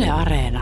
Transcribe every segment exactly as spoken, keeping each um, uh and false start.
Yle Areena.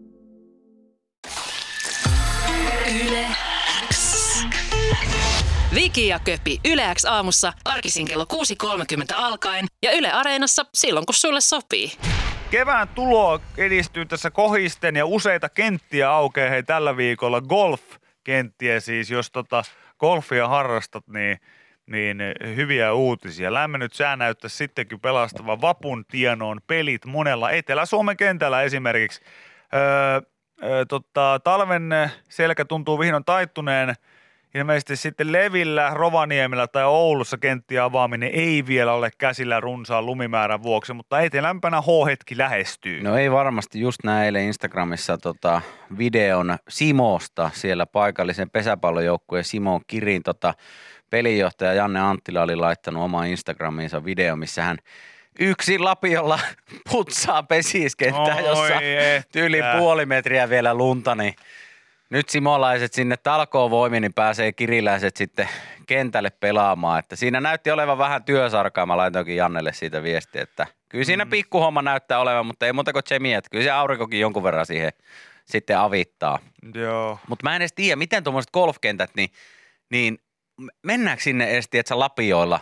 Yle X. Viki ja Köpi Yle X aamussa arkisin kello kuusi kolmekymmentä alkaen ja Yle Areenassa silloin kun sulle sopii. Kevään tulo edistyy tässä kohisten ja useita kenttiä aukeaa hei tällä viikolla. Golf-kenttiä siis, jos tota golfia harrastat, niin, niin hyviä uutisia. Lämmennyt sää näyttäisi sittenkin pelastavan vapun tienoon pelit monella Etelä-Suomen kentällä esimerkiksi. Öö, öö, tota, talven selkä tuntuu vihdoin taittuneen. Ilmeisesti sitten Levillä, Rovaniemellä tai Oulussa kenttien avaaminen ei vielä ole käsillä runsaan lumimäärän vuoksi, mutta etelämpänä H-hetki lähestyy. No ei varmasti, just näin eilen Instagramissa tota, videon Simosta, siellä paikallisen pesäpallojoukkueen Simon Kirin tota, pelinjohtaja Janne Anttila oli laittanut omaan Instagramiinsa video, missä hän yksin lapiolla putsaa pesiskenttää, jossa tyyli puoli metriä vielä lunta, niin nyt simolaiset sinne talkoovoimiin, niin pääsee kiriläiset sitten kentälle pelaamaan. Että siinä näytti olevan vähän työsarkaa. Mä laitoinkin Jannelle siitä viestiä, että kyllä siinä pikkuhomma näyttää olevan, mutta ei muuta kuin tsemiä. Kyllä se aurinkokin jonkun verran siihen sitten avittaa. Joo. Mutta mä en edes tiedä, miten tuommoiset golfkentät, niin, niin mennäänkö sinne edes, tiedätkö, lapioilla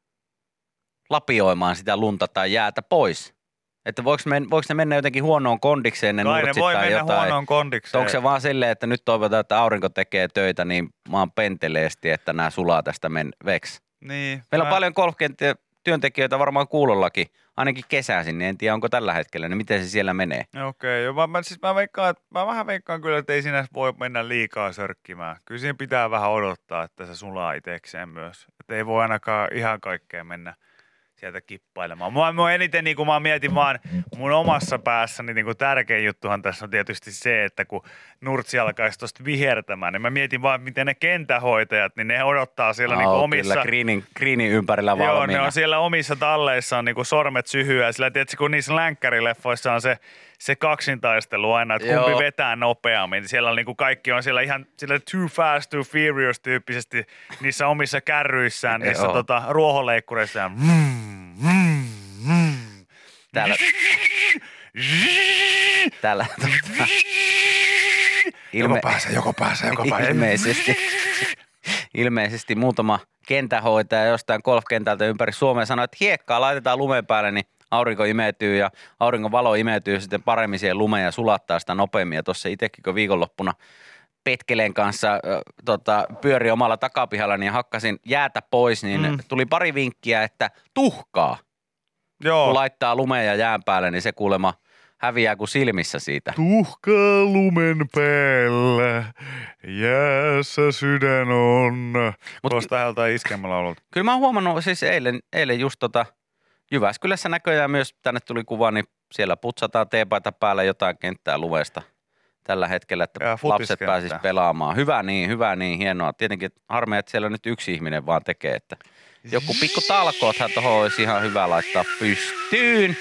lapioimaan sitä lunta tai jäätä pois? Että voiko, men, voiko ne mennä jotenkin huonoon kondikseen ne Kai nurtsit ne voi tai mennä jotain? huonoon kondikseen. Onko se vaan silleen, että nyt toivotaan, että aurinko tekee töitä, niin mä oon penteleesti, että nämä sulaa tästä men veksi. Niin. Meillä mä... on paljon golfkenttiä työntekijöitä varmaan kuulollakin, ainakin kesäisin, niin en tiedä onko tällä hetkellä, niin miten se siellä menee. Okei, okay, mä, siis mä, veikkaan, mä vähän veikkaan kyllä, että ei siinä voi mennä liikaa sörkkimään. Kyllä siinä pitää vähän odottaa, että se sulaa itsekseen myös. Että ei voi ainakaan ihan kaikkea mennä sieltä kippailemaan. Mua, mua eniten niin kuin mä mietin vaan mun omassa päässäni niin kuin tärkein juttuhan tässä on tietysti se, että kun nurtsi alkaisi tuosta vihertämään, niin mä mietin vaan, miten ne kentähoitajat, niin ne odottaa siellä oh, niin kuin omissa... Kyllä, greenin, greenin ympärillä valmiina. Joo, ne on siellä omissa talleissaan niin kuin sormet syhyä. Sillä tietysti kun niissä länkkärileffoissa on se, se kaksintaistelu aina, että kumpi Joo. vetää nopeammin. Niin siellä on niin kuin kaikki on siellä ihan sillä too fast, too furious tyyppisesti niissä omissa kärryissään, niissä tota, ruohonleikkureissaan. Mm, mm, mm. Täällä... Täällä... Ilme... Joko pääsee, joko pääsee, joko pääsee. Ilmeisesti, ilmeisesti muutama kentähoitaja jostain golfkentältä ympäri Suomea sanoi, että hiekkaa laitetaan lumeen päälle, niin aurinko imeytyy ja auringon valo imeytyy sitten paremmin siihen lumeen ja sulattaa sitä nopeammin. Ja tuossa itsekin, kun viikonloppuna Petkeleen kanssa äh, tota, pyöri omalla takapihallani ja hakkasin jäätä pois, niin mm. tuli pari vinkkiä, että tuhkaa. Joo. Kun laittaa lumeen ja jään päälle, niin se kuulemma häviää kuin silmissä siitä. Tuhkaa lumen päällä, jäässä sydän on. Tuosta hältä iskemällä ollut. Kyllä mä oon huomannut, siis eilen, eilen just tota Jyväskylässä näköjään myös tänne tuli kuva, niin siellä putsataan teepaita päällä jotain kenttää lumesta tällä hetkellä, että lapset pääsis pelaamaan. Hyvä niin, hyvä niin, hienoa. Tietenkin harmea, että siellä nyt yksi ihminen vaan tekee, että joku pikku talkoothan tuohon olisi ihan hyvä laittaa pystyyn.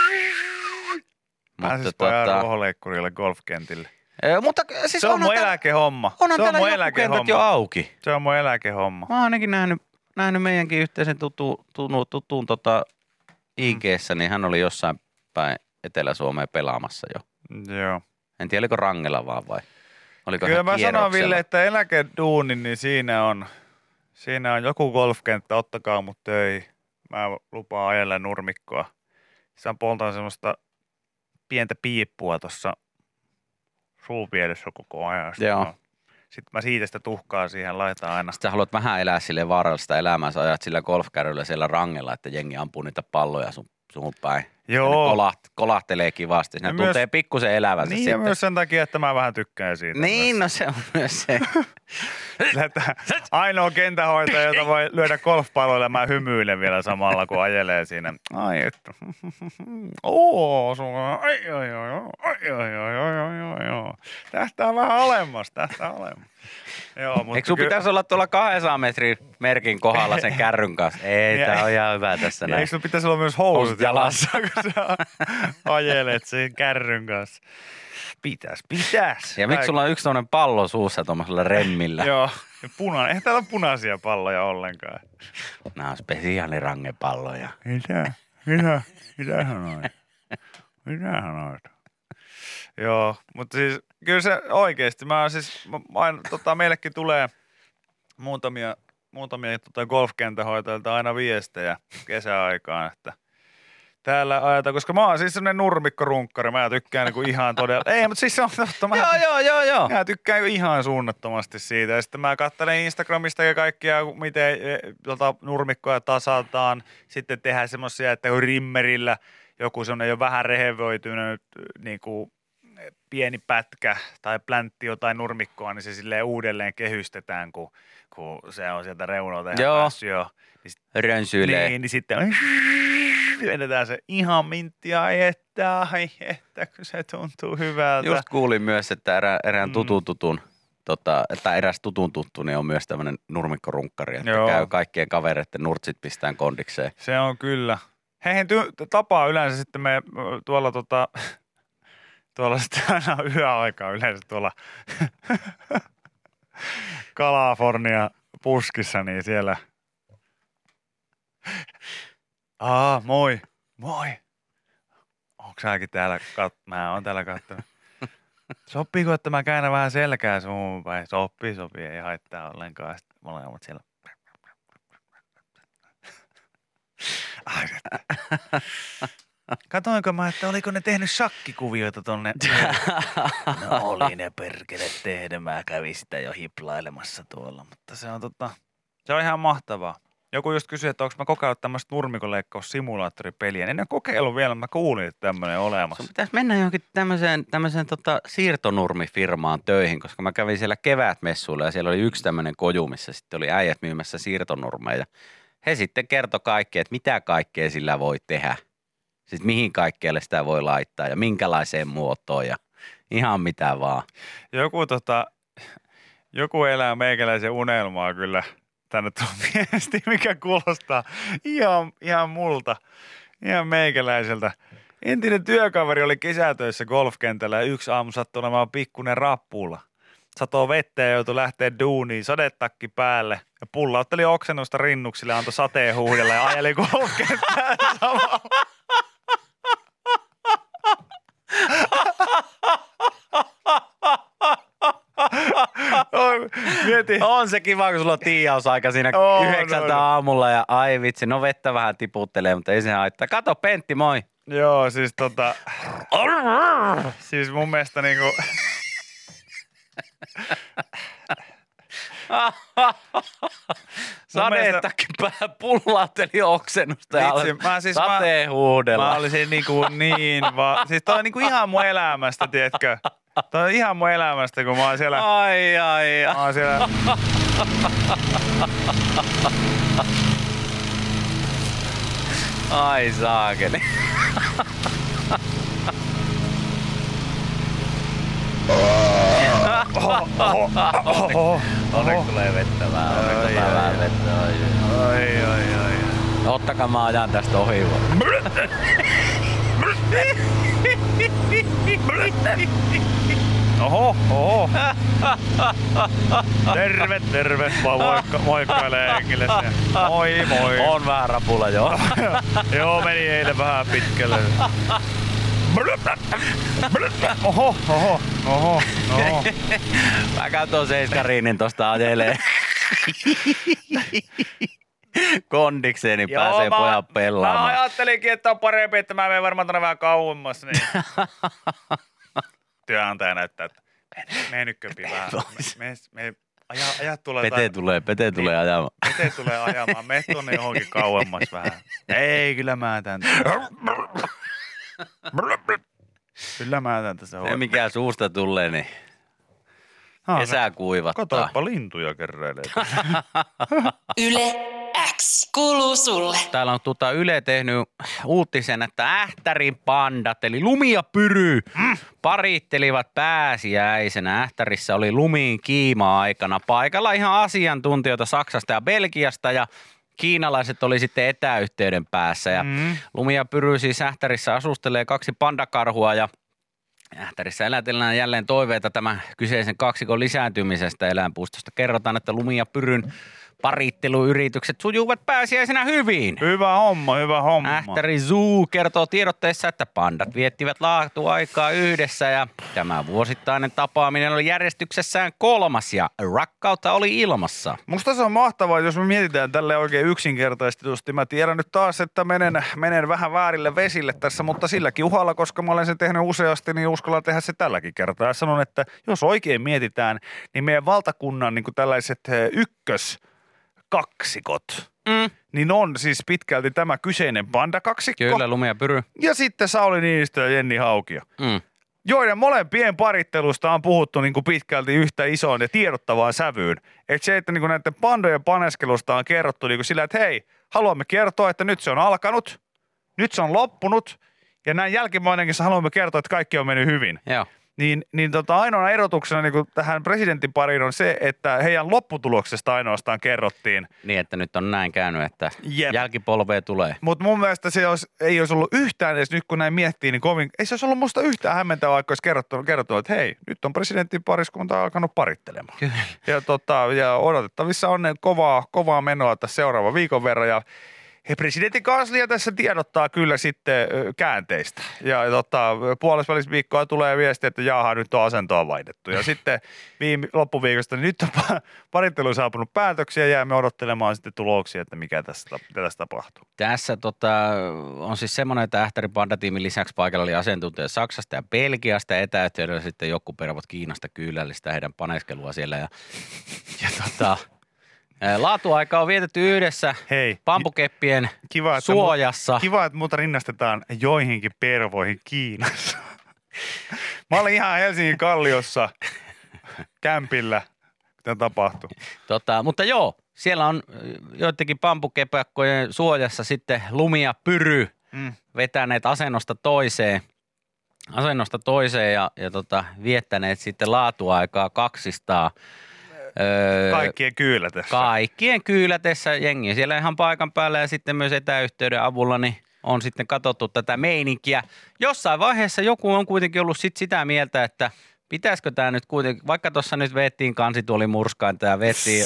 Pääsis pojaan tota... ruohonleikkurille golfkentille. Ee, mutta siis se on mun täällä, eläkehomma. Onhan se on täällä joku kentät jo auki. Se on mun eläkehomma. Mä oon ainakin nähnyt, nähnyt meidänkin yhteisen tutu, tutu, tutuun tota I G:ssä, niin hän oli jossain päin Etelä-Suomeen pelaamassa jo. Joo. En tiedä, oliko Rangela vaan vai oliko Kyllä mä sanon, Ville, että eläkeduuni, niin siinä on, siinä on joku golfkenttä, ottakaa mut töihin. Mä lupaan ajelle nurmikkoa. Sä poltan semmoista pientä piippua tuossa suupielessä koko ajan. Joo. Sitten mä siitä sitä tuhkaa siihen laitaan aina. Sitten sä haluat vähän elää sille vaarallista elämää, sä ajat sillä golfkärryllä siellä Rangella, että jengi ampuu niitä palloja sun, sun päin. Joo. Kolaht, kolahtelee kivasti. Ne tuntee myös, pikkusen elävänsä niin sitten. Niin ja myös sen takia, että mä vähän tykkään siitä. Niin, myös. No se on myös se. Ainoa kentähoitaja, jota voi lyödä golfpalloilla, mä hymyilen vielä samalla, kun ajelee siinä. Ai että. Oo, sun. Ai, ai, ai, ai, ai, ai, ai, ai, ai. Tähtää vähän alemmas, tähtää alemmas. Joo, mutta eikö sun ky- pitäisi olla tuolla kahdensadan metrin merkin kohdalla sen kärryn kanssa? Ei, ja, tää on ihan hyvä tässä näin. Eikö sun pitäisi olla myös housut jalassa, kun sä ajelet sen kärryn kanssa? Pitäis, pitäis. Ja miksi sulla on yksi tommonen pallo suussa tommosella remmillä? Joo, punainen. Eihän täällä ole punaisia palloja ollenkaan. Nää on spesiaalirangepalloja. Mitä? Mitä? Mitähän noita? Mitähän noita? Joo, mutta siis kyllä se oikeesti, mä siis, mä, aina, tota, meillekin tulee muutamia, muutamia tota golfkentähoitajilta aina viestejä kesäaikaan, että täällä ajetaan, koska mä oon siis sellainen nurmikkorunkkari, mä tykkään niinku ihan todella, ei, mutta siis se on totta, mä, Joo, joo, joo, joo. mä tykkään ihan suunnattomasti siitä, ja sitten mä katselen Instagramista ja kaikkia, miten e, tota, nurmikkoja tasataan, sitten tehdään semmoisia, että rimmerillä joku semmoinen jo vähän rehevöitynyt niinku pieni pätkä tai pläntti jotain nurmikkoa, niin se silleen uudelleen kehystetään, kun, kun se on sieltä reunalta ihan Joo. päässyt jo. Niin, Rönsyilee. niin, niin sitten vedetään se ihan minttiä, ai että, ai että, kun se tuntuu hyvältä. Just kuulin myös, että erä, erään Mm. tutun tutun, tota, että eräs tutun tuttu, niin on myös tämmöinen nurmikkorunkkari, että Joo. käy kaikkien kavereiden nurtsit pistään kondikseen. Se on kyllä. Heihin ty- tapaa yleensä sitten me tuolla tota, tuolla sitten aina yöaikaa yleensä tuolla Kalifornia puskissa, niin siellä. Aa, moi, moi. Onko säkin täällä? Kat- mä oon täällä katsonut. Sopiiko, että mä käännän vähän selkää suun päin? Sopii, sopii, ei haittaa ollenkaan. Sitten molemmat siellä. Ai, katoinko mä, että oliko ne tehnyt shakkikuvioita tonne? No oli ne perkele tehnyt, mä kävin sitä jo hiplailemassa tuolla, mutta se on tota, se on ihan mahtavaa. Joku just kysyi, että onko mä kokeillut tämmöistä nurmikonleikkaussimulaattoripeliä. En ole kokeillut vielä, mä kuulin, että tämmöinen on olemassa. Sun pitäisi mennä johonkin tämmöiseen, tämmöiseen tota siirtonurmifirmaan töihin, koska mä kävin siellä kevätmessuilla ja siellä oli yksi tämmöinen koju, missä sitten oli äijät myymässä siirtonurmeja. He sitten kertoi kaikkea, että mitä kaikkea sillä voi tehdä. Siis mihin kaikkeelle sitä voi laittaa ja minkälaiseen muotoon ja ihan mitä vaan. Joku, tota, joku elää meikäläisen unelmaa kyllä tänne tuon viesti, mikä kuulostaa ihan, ihan multa, ihan meikäläiseltä. Entinen työkaveri oli kesätöissä golfkentällä ja yksi aamu sattui olemaan pikkuinen rappulla. Satoi vettä ja joutui lähteä duuniin, sadetakki päälle ja pullautteli oksennusta rinnuksille, antoi sateen huudella ja ajeli golfkenttään samalla. Mieti. On se kiva, kun sulla on tiiausaika siinä On, yhdeksältä on. aamulla ja ai vitsi, no vettä vähän tiputtelee, mutta ei se haittaa. Kato Pentti, moi. Joo, siis tota, siis mun mielestä niinku, Sadettakin pää pullautteli oksennusta ja Vitsi, alas mä siis- sateen huudella. mä olisin niinku niin vaan, siis toi on niinku ihan mun elämästä, tiedätkö? Toi on ihan mun elämästä, kun mä oon siellä, Ai, ai, ai. mä oon siellä, Ai saakeli. oho, Onneksi tulee vettä vähän. Onneksi Ai, tulee ai, vähän ai. vettä. Ai, ai. ai, ai, ai. Ottakaa mä ajan tästä ohi vaan. Oho, oho. Terve, terve. Vaan moikka, moikkailee hengille se. Moi, moi. On vähän rapula joo. Joo, meni eilen vähän pitkälle. Oho, oho, oho, oho. Mä katson seiskariinin tosta ajelee. Kondikseen, niin pääsee mä- pojat Mä pelaamaan. ajattelinkin, että on parempi, että mä menen varmaan tonne vähän kauemmas. Niin. Työnantaja näyttää, että mene nyt köpi vähän. Me, me, me, aja, aja tulee Pete tulee, Pete tulee ajamaan. Pete tulee ajamaan. Mene tonne johonkin kauemmas vähän. Ei, kyllä mä tän. Kyllä mä tän tässä Ei hoidan. mikään suusta tulee, niin Ah, kesä kuivattaa. Katoipa lintuja kerreilee. Yle X kuuluu sulle. Täällä on tuota Yle tehnyt uutisen, että Ähtärin pandat, eli Lumi ja Pyry, mm. parittelivat pääsiäisenä. Ähtärissä oli lumiin kiima-aikana paikalla ihan asiantuntijoita Saksasta ja Belgiasta ja kiinalaiset oli sitten etäyhteyden päässä. Ja Mm. Lumi ja Pyry siis Ähtärissä asustelee kaksi pandakarhua ja Ähtärissä elätellään jälleen toiveita tämän kyseisen kaksikon lisääntymisestä eläinpuistosta. Kerrotaan, että Lumi ja Pyryn paritteluyritykset sujuvat pääsiäisenä hyvin. Hyvä homma, hyvä homma. Ähtäri Zoo kertoo tiedotteessa, että pandat viettivät laatuaikaa yhdessä ja tämä vuosittainen tapaaminen oli järjestyksessään kolmas ja rakkautta oli ilmassa. Musta se on mahtavaa, jos me mietitään tälle oikein yksinkertaisesti. Mä tiedän nyt taas, että menen, menen vähän väärille vesille tässä, mutta silläkin uhalla, koska mä olen sen tehnyt useasti, niin uskallan tehdä se tälläkin kertaa. Ja sanon, että jos oikein mietitään, niin meidän valtakunnan niin kuin tällaiset ykkös kaksikot, mm. niin on siis pitkälti tämä kyseinen pandakaksikko. Kyllä, Lumi ja Pyry. Ja sitten Sauli Niinistö ja Jenni Haukio. Mm. Joiden molempien parittelusta on puhuttu niin kuin pitkälti yhtä isoon ja tiedottavaan sävyyn. Että se, että niin kuin näiden pandojen paneskelusta on kerrottu niin kuin sillä, että hei, haluamme kertoa, että nyt se on alkanut, nyt se on loppunut ja näin jälkimmäinenkin haluamme kertoa, että kaikki on mennyt hyvin. Joo. Niin, niin tota, ainoana erotuksena niin kuin tähän presidentin pariin on se, että heidän lopputuloksesta ainoastaan kerrottiin. Niin, että nyt on näin käynyt, että Jep. jälkipolvea tulee. Mutta mun mielestä se olisi, ei olisi ollut yhtään edes nyt kun näin miettii, niin kovin, ei se olisi ollut musta yhtään hämmentävää, vaikka olisi kerrottu, kerrottu että hei, nyt on presidentin pariskunta alkanut parittelemaan. Kyllä. Ja, tota, ja odotettavissa on ne kovaa, kovaa menoa tässä seuraavan viikon verran ja he presidentin kanslia tässä tiedottaa kyllä sitten käänteistä. Ja tota, puolesvälis viikkoa tulee viesti, että jaaha, nyt on asentoa vaihdettu. Ja sitten viime, loppuviikosta niin nyt on parittelu saapunut päätöksiä ja jäämme odottelemaan sitten tuloksia, että mikä tässä, mitä tässä tapahtuu. Tässä tota, on siis semmoinen, että Ähtärin pandatiimin lisäksi paikalla oli asiantuntija Saksasta ja Belgiasta ja etäyhteydellä sitten joku pervot Kiinasta kyylällistä heidän paneskelua siellä. Ja, ja tota... Laatuaika on vietetty yhdessä Hei, pampukeppien kiva, että suojassa. Mu, kiva, että muuta rinnastetaan joihinkin pervoihin Kiinassa. Mä olin ihan Helsingin Kalliossa kämpillä, kun tämä tapahtui. Tota, mutta joo, siellä on joidenkin pampukepakkojen suojassa sitten Lumi ja Pyry mm. vetäneet asennosta toiseen, asennosta toiseen ja, ja tota, viettäneet sitten laatuaikaa kaksistaan. Öö, kaikkien kyylätessä. Kaikkien kyylätessä jengi siellä ihan paikan päällä ja sitten myös etäyhteyden avulla niin on sitten katsottu tätä meininkiä. Jossain vaiheessa joku on kuitenkin ollut sit sitä mieltä, että pitäisikö tämä nyt kuitenkin, vaikka tuossa nyt veettiin kansituolimurskainta ja veettiin,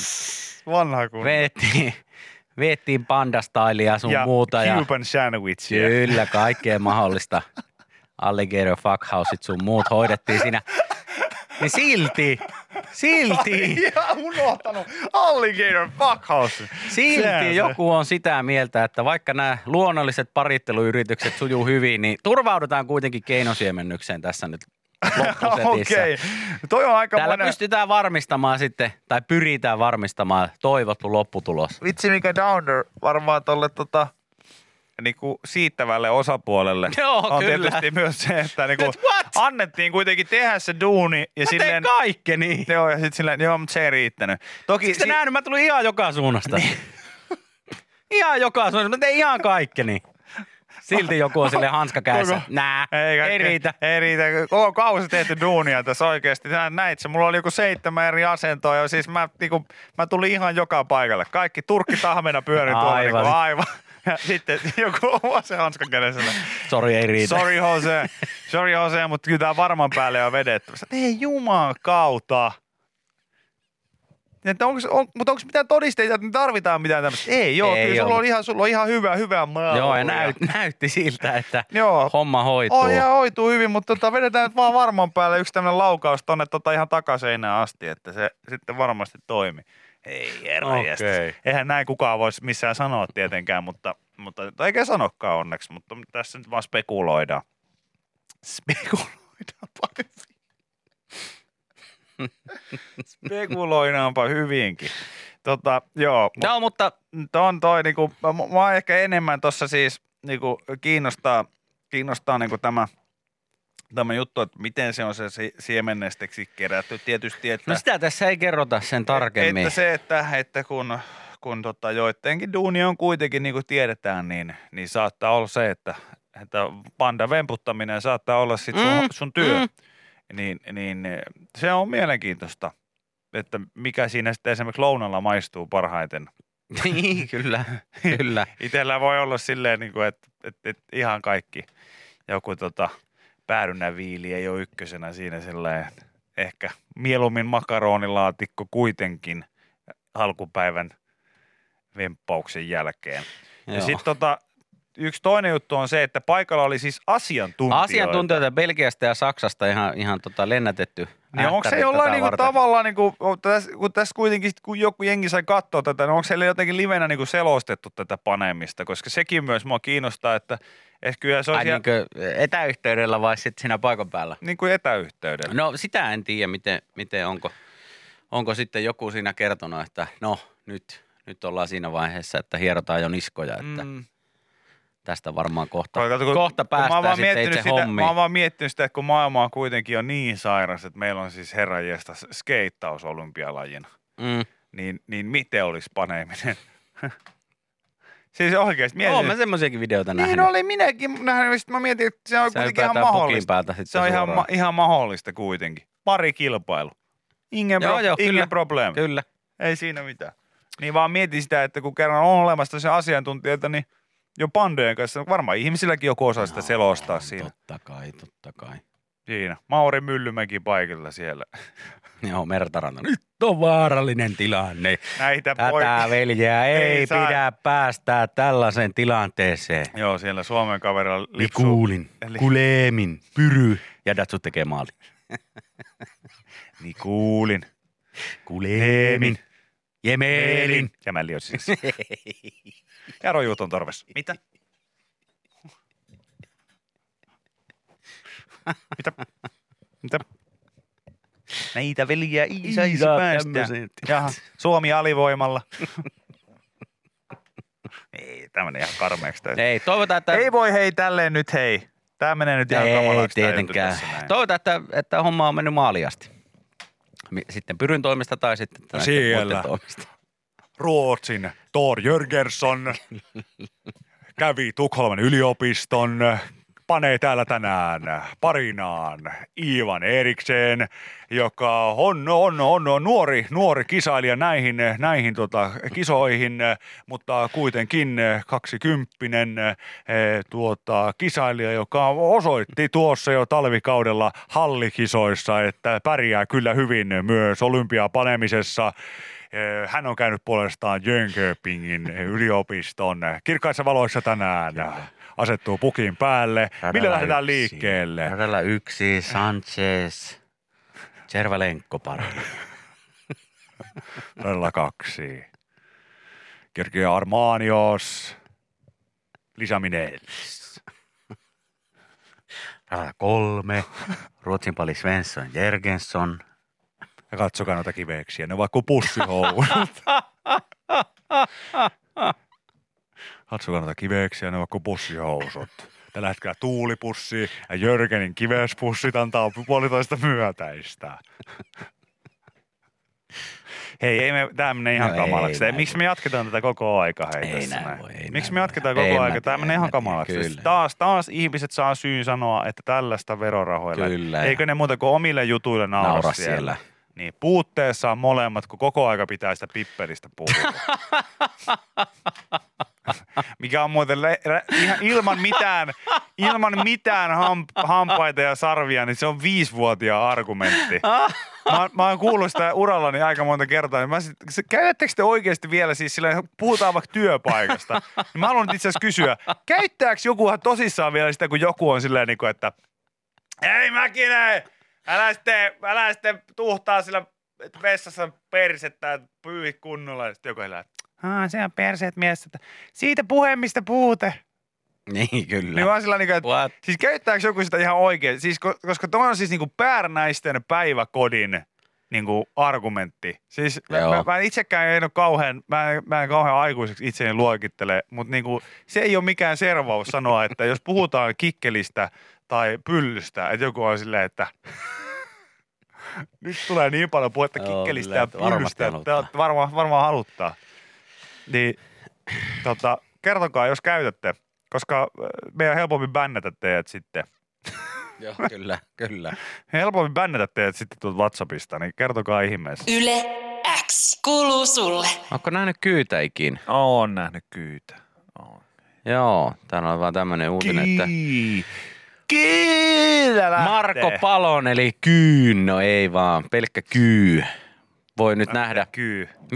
vanha kun. veettiin, veettiin pandastailia sun ja muuta. Ja Cuban sandwichia. Kyllä, kaikkea mahdollista. Alligator fuckhouseit sun muut hoidettiin siinä. Niin silti, silti. Ihan unohtanut. Alligator fuckhouse. Silti Sehän joku se. on sitä mieltä, että vaikka nämä luonnolliset paritteluyritykset sujuu hyvin, niin turvaudutaan kuitenkin keinosiemennykseen tässä nyt loppusetissä. Okei. Okay. Toi on aika Täällä monen... pystytään varmistamaan sitten, tai pyritään varmistamaan toivottu lopputulos. Vitsi mikä downer varmaan tolle tota... Niinku siittävälle osapuolelle. Joo, on kyllä. tietysti myös se, että niinku annettiin kuitenkin tehdä se duuni. Ja mä silleen, tein kaikkeni. Joo, ja sitten silleen, joo, mutta se ei riittänyt. Toki Sitten si- nähnyt, mä tulin ihan joka suunnasta. ihan joka suunnasta, mä tein ihan kaikkeni. Silti joku on silleen hanska kädessä. Nää, ei, ei riitä. Ei riitä. Koko kausi tehty duunia tässä oikeasti. Näit se, mulla oli joku seitsemän eri asentoa ja siis mä, niinku, mä tulin ihan joka paikalle. Kaikki turkki tahmena pyörin tuolla niinku aivan. Ja sitten joku oma se hanska kädessä. Sori, ei riitä. Sorry Jose. Sorry Jose, mutta kyllä tää varman päälle on vedetty. Ei juman kautta. Että onks, on, mutta onko mitään todisteita, että me tarvitaan mitään tämmöistä? Ei joo, ei kyllä sulla on, ihan, sulla on ihan hyvä, hyvä malli. Joo, ja näyt, näytti siltä, että joo. homma hoituu. On ihan hoituu hyvin, mutta tota, vedetään nyt vaan varman päälle yksi tämmöinen laukaus tonne tota ihan takaseinään asti, että se sitten varmasti toimii. Ei herra okay. Eihän näin kukaan voisi missään sanoa tietenkään, mutta, mutta eikä sanokaan onneksi, mutta tässä nyt vaan spekuloidaan. Spekuloidaanpa hyvin. Spekuloidaanpa hyvinkin. Tota, joo. Joo, mutta... On toi, niinku, mä ehkä enemmän tuossa siis niinku, kiinnostaa, kiinnostaa niinku tämä... Tämä juttu, että miten se on se siemennesteksi kerätty tietysti. Että, no sitä tässä ei kerrota sen tarkemmin. Että se, että, että kun, kun tota joidenkin duuni on kuitenkin, niin kuin tiedetään, niin, niin saattaa olla se, että, että panda vemputtaminen saattaa olla sit sun, mm, sun työ. Mm. Niin, niin se on mielenkiintoista, että mikä siinä sitten esimerkiksi lounalla maistuu parhaiten. Niin, kyllä, kyllä. Itsellä voi olla silleen, niin kuin, että, että, että ihan kaikki joku tota... Päädynnäviili ei ole ykkösenä siinä sellainen, ehkä mieluummin makaronilaatikko kuitenkin. alkupäivän vemppauksen jälkeen. Ja Joo. sitten tota, yksi toinen juttu on se, että paikalla oli siis asiantuntijoita. Asiantuntijoita Belgiasta ja Saksasta ihan, ihan tota lennätetty. Niin onko se ähtäri jollain tätä niinku varten. tavallaan, niinku, tässä, kun tässä kuitenkin kun joku jengi sai katsoa tätä, niin onko siellä jotenkin livenä niinku selostettu tätä panemista? Koska sekin myös mua kiinnostaa, että ehkä kyllä se on Ai siellä, niin etäyhteydellä vai sitten siinä paikan päällä? niin kuin etäyhteydellä. No sitä en tiedä, miten, miten onko, onko sitten joku siinä kertonut, että no nyt, nyt ollaan siinä vaiheessa, että hierotaan jo niskoja, että Mm. tästä varmaan kohta, Kato, kun- kohta kun mä oon päästään vaan sitten miettinyt itse sitä, hommiin. Mä oon vaan miettinyt sitä, että kun maailma on kuitenkin jo niin sairas, että meillä on siis herranjesta skeittaus olympialajina, Mm. niin, niin miten olisi paneeminen? Siis oikeasti mietin. Oon mä semmoisiakin videoita Niin nähnyt. oli minäkin nähnyt, sitten mä mietin, että se on Se kuitenkin ihan hypätään pukin mahdollista. päältä sitten Se on ihan, ma- suoraan. ihan mahdollista kuitenkin. Pari kilpailu. Ingen, Joo, pro- joo, ingen kyllä. problem. Kyllä. Ei siinä mitään. Niin vaan mietin sitä, että kun kerran on olemassa se asiantuntijoita, niin jo pandojen kanssa, varmaan ihmisilläkin joku osaa sitä selostaa siinä. Totta kai, totta kai. Siinä. Mauri Myllymäki paikalla siellä. Joo, Mertaranta. Nyt on vaarallinen tilanne. Näitä Tätä poikia. veljeä ei, Ei saa. pidä päästää tällaiseen tilanteeseen. Joo, siellä Suomen kaverilla lipsuu. Likuulin, Eli- kuleemin, pyry ja Datsu tekee maali. Niin kuulin. Kuleemin, jemelin. Ja mä liian siis. Ja rojuut on torvessa. Mitä? Mitä? Mitä? Näitä veljiä ei saisi saa päästä. tämmöiseen. Jaha, Suomi alivoimalla. Ei, tää menee ihan karmeeksi. tää. Ei, toivotaan, että... Ei voi hei tälleen nyt hei. Tää menee nyt ihan ei kamalaksi. tää juttu tietenkään. tässä näin. Toivotaan, että, että homma on mennyt maaliasti. Mi- Sitten Pyryn toimesta tai sitten näiden Siellä. muiden toimesta. Ruotsin Thor Jörgersson kävi Tukholman yliopiston, panee täällä tänään parinaan Ivan Eriksen, joka on, on, on, on nuori, nuori kisailija näihin, näihin tota, kisoihin, mutta kuitenkin kaksikymppinen eh, tuota, kisailija, joka osoitti tuossa jo talvikaudella hallikisoissa, että pärjää kyllä hyvin myös olympiapanemisessa. Hän on käynyt puolestaan Jönköpingin yliopiston kirkkaissa valoissa tänään. Asettuu pukin päälle. Millä lähdetään liikkeelle? Radalla yksi, Sanchez, Cervalenko pari. Radalla kaksi. Georgia Armanios. Lisa Minells. Radalla kolme, Ruotsin pali Svensson, Jergensson. Ja katsokaa noita kiveksiä. Ne on vaikka pussihousut. Katsokaa noita kiveksiä. Ne on vaikka pussihousut. Tällä hetkellä tuulipussi ja Jörgenin kivespussit antaa puolitoista myötäistä. Hei, ei me, tää menee ihan No kamalaksi. ei Ei, näin miksi voi. me jatketaan tätä koko aika? Hei, Ei tässä näin näin. voi, ei Miksi näin me voi. jatketaan En koko mä aika? Tää tiedä, menee en ihan mä tiedä, kamalaksi. kyllä. Taas, taas ihmiset saa syyn sanoa, että tällaista verorahoilla. Kyllä. Eikö ne muuta kuin omille jutuille naura, Naura siellä. siellä. Niin, puutteessa on molemmat, kun koko aika pitää sitä pippelistä puhua. Mikä on muuten le- rä- ihan ilman mitään, ilman mitään hamp- hampaita ja sarvia, niin se on viisivuotiaan argumentti. Mä, mä oon kuullut sitä urallani aika monta kertaa. Niin mä sit, se, käytättekö te oikeasti vielä siis sillä, puhutaan vaikka työpaikasta. Niin mä haluan nyt itse asiassa kysyä, käyttääkö joku ihan tosissaan vielä sitä, kun joku on silleen, niin kuin, että ei Mäkinen, älä sitten, älä sitten tuhtaa sillä vessassa persettä, että pyyhi kunnolla. Ja sitten joku elää, haa, se on perseet mies, että siitä puhemista puute. Niin, kyllä. Niin vaan sillä niin kuin, että What? siis käyttääkö joku sitä ihan oikein? Siis, koska tuo on siis niin kuin Päärnäisten päiväkodin niin kuin argumentti. Siis mä, mä, mä itsekään en ole kauhean, mä en, mä en kauhean aikuiseksi itseni luokittele, mutta niin kuin, se ei ole mikään servaus sanoa, että jos puhutaan kikkelistä tai pyllystä, että joku on silleen, että nyt tulee niin paljon puhetta Joo, kikkelistä kyllä, ja että varmasti pyllystä, että haluttaa. te varmaan, varmaan haluttaa. Niin tota, kertokaa, jos käytätte, koska meidän on helpompi bännätä teidät sitten. Joo, kyllä, kyllä. Helpompi bännätä teidät sitten tuolta WhatsAppista, niin kertokaa ihmeessä. Yle X kuuluu sulle. Onko nähnyt kyytä ikinä? Oon nähnyt kyytä. Oon. Joo, täällä on vaan tämmönen uutinen, että Kii. Kiillä lähtee. Marko Palon eli kyyn, no ei vaan, pelkkä kyy. Voi nyt nähdä. Kyy. Mitä?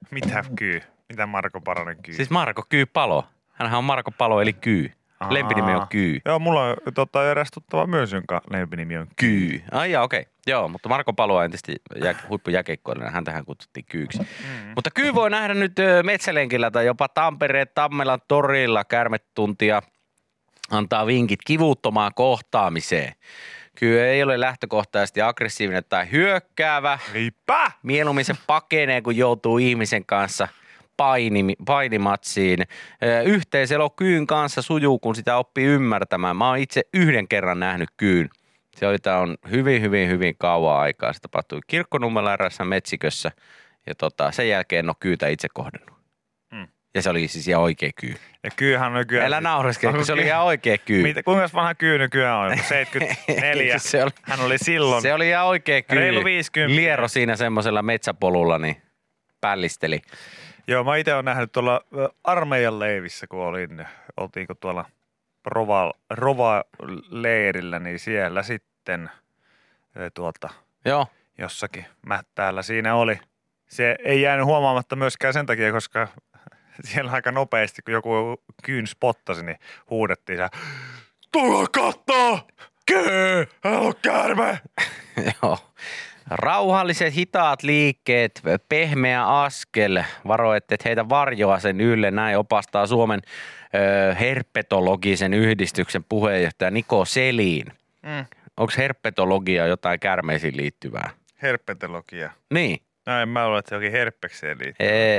Mitä kyy? Mitä Marko Paronen kyy? Siis Marko Kyy Palo. Hänhän on Marko Palo eli Kyy. Lempinimi on Kyy. Joo, mulla on tota, eräs tuttava myös, jonka lempinimi on Kyy. Kyy. Ai jaa, okei. Okay. Joo, mutta Marko Palo on entisesti jä, huippujäkeikkoilija. Häntähän kutsuttiin Kyyksi. Mm. Mutta Kyy voi nähdä nyt ö, metsälenkillä tai jopa Tampereen Tammelan torilla. Kärmetuntia antaa vinkit kivuttomaan kohtaamiseen. Kyy ei ole lähtökohtaisesti aggressiivinen tai hyökkäävä. Eipä! Mieluummin se pakenee, kun joutuu ihmisen kanssa paini, painimatsiin. Yhteiselo Kyyn kanssa sujuu, kun sitä oppii ymmärtämään. Mä oon itse yhden kerran nähnyt Kyyn. Se oli, tää on hyvin, hyvin, hyvin kauan aikaa. Se tapahtui Kirkkonummella erässä metsikössä. Ja tota, sen jälkeen en ole Kyytä itse kohdannut. Mm. Ja se oli siis ihan oikea Kyy. Ja Kyyhän on nykyään... Älä nauraskele, kun se oli ihan oikea Kyy. Mitä, kuinka vanha Kyy nykyään on? seitsemänkymmentäneljä. se oli, Hän oli silloin. Se oli ihan oikea Kyy. Reilu viisikymmentä. Liero siinä semmoisella metsäpolulla, niin pällisteli. Joo, mä itse olen nähnyt tuolla armeijan leivissä, kun olin, oltiinko tuolla Rova, Rova-leirillä, niin siellä sitten tuolta Joo. jossakin mättäällä siinä oli. Se ei jäänyt huomaamatta myöskään sen takia, koska siellä aika nopeasti, kun joku Kyyn spottasi, niin huudettiin se, tulla kattoo! Kyy! Älä ole käärme! Joo. Rauhalliset hitaat liikkeet, pehmeä askel, varoitte heitä varjoa sen ylle, näin opastaa Suomen ö, herpetologisen yhdistyksen puheenjohtaja Niko Selin. Mm. Onko herpetologia jotain käärmeisiin liittyvää? Herpetologia? Niin. No en mä ole, että se onkin herpekseen liittyvää. Ee.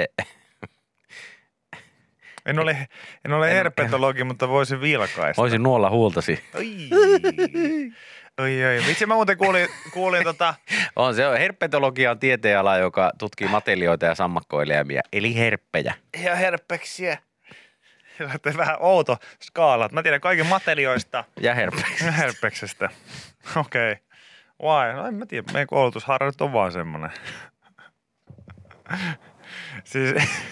En ole, en ole en, herpetologi, en. Mutta voisin vilkaista. Voisin nuolla huultasi. Oi. Oi, oi. Vitsi mä muuten kuulin, kuulin tota... On se, herpetologia on tieteenala, joka tutkii matelioita ja sammakkoeläimiä, eli herppejä. Ja herpeksiä. Se vähän outo skaala. Mä tiedän kaiken matelioista. Ja herpeksestä. Ja herpeksestä. Okei. Okay. Vai? No en mä tiedä. Meidän koulutusharra on vaan semmonen. Siis...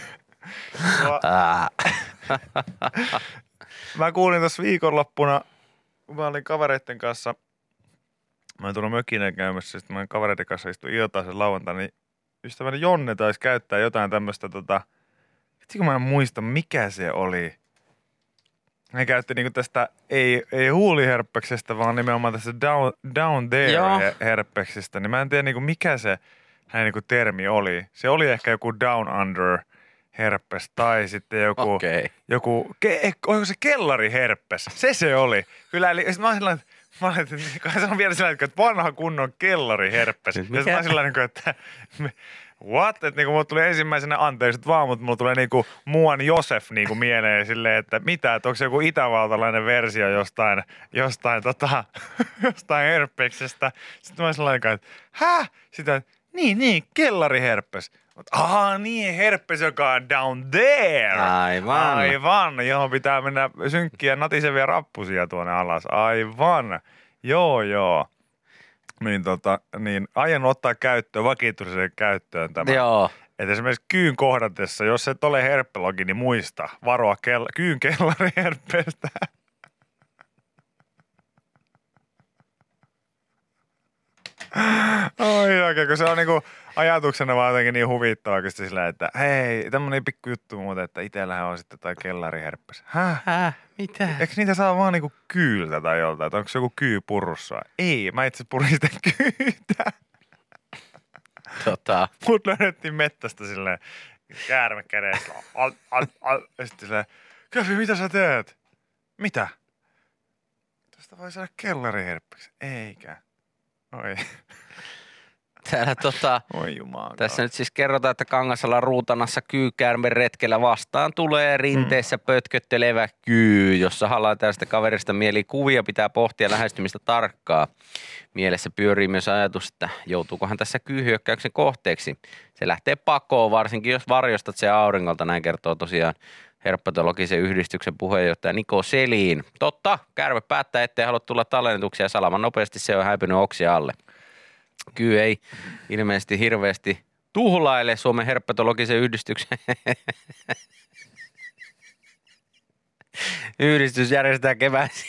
Mä kuulin tuossa viikonloppuna, kun mä olin kavereiden kanssa, mä olin tullut mökineen käymässä, sitten mä olin kavereiden kanssa istuin iltaisen lauantaina, niin ystäväni Jonne taisi käyttää jotain tämmöistä, tota, vitsi kun mä en muista, mikä se oli. Hän käytti niinku tästä, ei, ei huuliherpeksestä, vaan nimenomaan tästä down, down there herpeksestä, niin mä en tiedä niinku mikä se hänen niinku termi oli. Se oli ehkä joku down under herpes tai sitten joku, okay. joku ke, oliko se kellariherpes? Se se oli. Kyllä, eli mä olin sellainen, mä olin, että se on vielä sellainen, että vanha kunnon kellariherpes. Ja mä olin sellainen, että what? Että niinku mulle tuli ensimmäisenä anteeksi vaan, mutta mulle tulee niinku Muan Josef niinku mieleen silleen, että mitä, että onko se joku itävaltalainen versio jostain, jostain tota, jostain herpeksestä. Sitten mä olin sellainen, että häh? Sitä, niin, niin, kellariherpes. Aha, niin, herpes, joka on down there. Aivan. Aivan, johon pitää mennä synkkiä natisevia rappusia tuonne alas. Aivan. Joo, joo. Niin tota, niin aion ottaa käyttöön, vakituiseen käyttöön tämän. Joo. Että esimerkiksi kyyn kohdatessa, jos et ole herppelogi, niin muista varoa kell- kyyn kellariherpeestä. Oi oikein, kun se on niinku ajatuksena vaan jotenkin niin huvittavaa, kun sillä, että hei, tämmönen pikku juttu muuten, että itsellähän on sitten toi kellariherpes. Häh? Häh? Mitä? Eikö niitä saa vaan niinku kyyltä tai joltain, että onko se joku kyy purussa? Ei, mä itse purin sitä kyytä. Tota. Mut löydettiin mettästä silleen käärme kädessä. Al, al, al. Ja sitten silleen, Köfi, mitä sä teet? Mitä? Tästä voi saada kellariherpes. Eikä. Oi. Täällä tota, Oi jumala. Tässä nyt siis kerrotaan, että Kangasalan Ruutanassa kyykäärmen retkellä vastaan tulee rinteessä pötköttelevä kyy, jossa halaa tästä kaverista mielikuvia, pitää pohtia lähestymistä tarkkaa. Mielessä pyörii myös ajatus, että joutuukohan tässä kyyhyökkäyksen kohteeksi. Se lähtee pakoon, varsinkin jos varjostat sen auringolta, näin kertoo tosiaan herpetologisen yhdistyksen puheenjohtaja Niko Selin. Totta, käärme päättää, ettei halua tulla tallennetuksia salaman nopeasti, se on häipynyt oksia alle. Kyy ei ilmeisesti hirveästi tuhlaile Suomen herpetologisen yhdistyksen. Yhdistys järjestää keväisin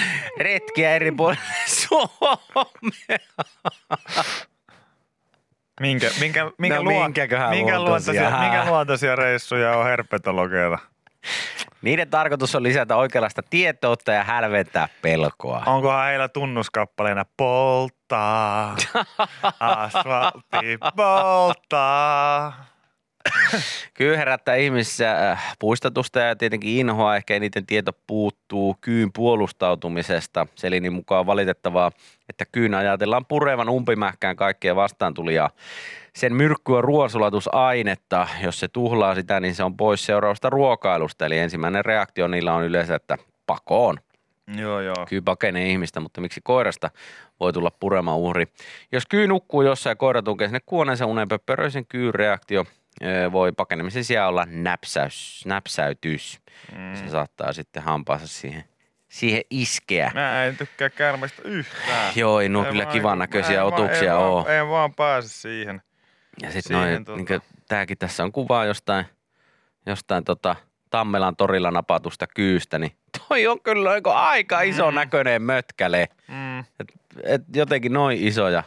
retkiä eri puolille Suomea. Minkä, minkä, minkä, No luo, minkäköhän minkä, luontoisia? luontoisia, minkä luontoisia reissuja on herpetologeilla? Niiden tarkoitus on lisätä oikeanlaista tietoutta ja hälventää pelkoa. Onkohan heillä tunnuskappaleena polttaa, asfaltti polttaa? Kyy herättää ihmisissä äh, puistatusta ja tietenkin inhoa, ehkä eniten tieto puuttuu kyyn puolustautumisesta. Selinin mukaan valitettavaa, että kyyn ajatellaan purevan umpimähkään kaikkea vastaantulijaa. Sen myrkky on ruoansulatusainetta. Jos se tuhlaa sitä, niin se on pois seuraavasta ruokailusta. Eli ensimmäinen reaktio niillä on yleensä, että pakoon. Joo, joo. Kyy pakenee ihmistä, mutta miksi koirasta voi tulla purema uhri? Jos kyy nukkuu jossain ja koira tunkee sinne kuoneensa unenpöppöröisen kyyn reaktio voi pakenemisen sijaan olla näpsäys, näpsäytys. Mm. Se saattaa sitten hampaansa siihen, siihen iskeä. Mä en tykkää käärmeistä yhtään. Joo, ei nuo Ei kyllä vaan- kivan näköisiä en vaan- otuksia en vaan- ole. En vaan pääse siihen. Ja sitten siihen noin, tota- niin tääkin tässä on kuvaa jostain, jostain tota Tammelan torilla napatusta kyystä, niin toi on kyllä aika iso Mm. näköinen mötkäle. Mm. Et, et jotenkin noin isoja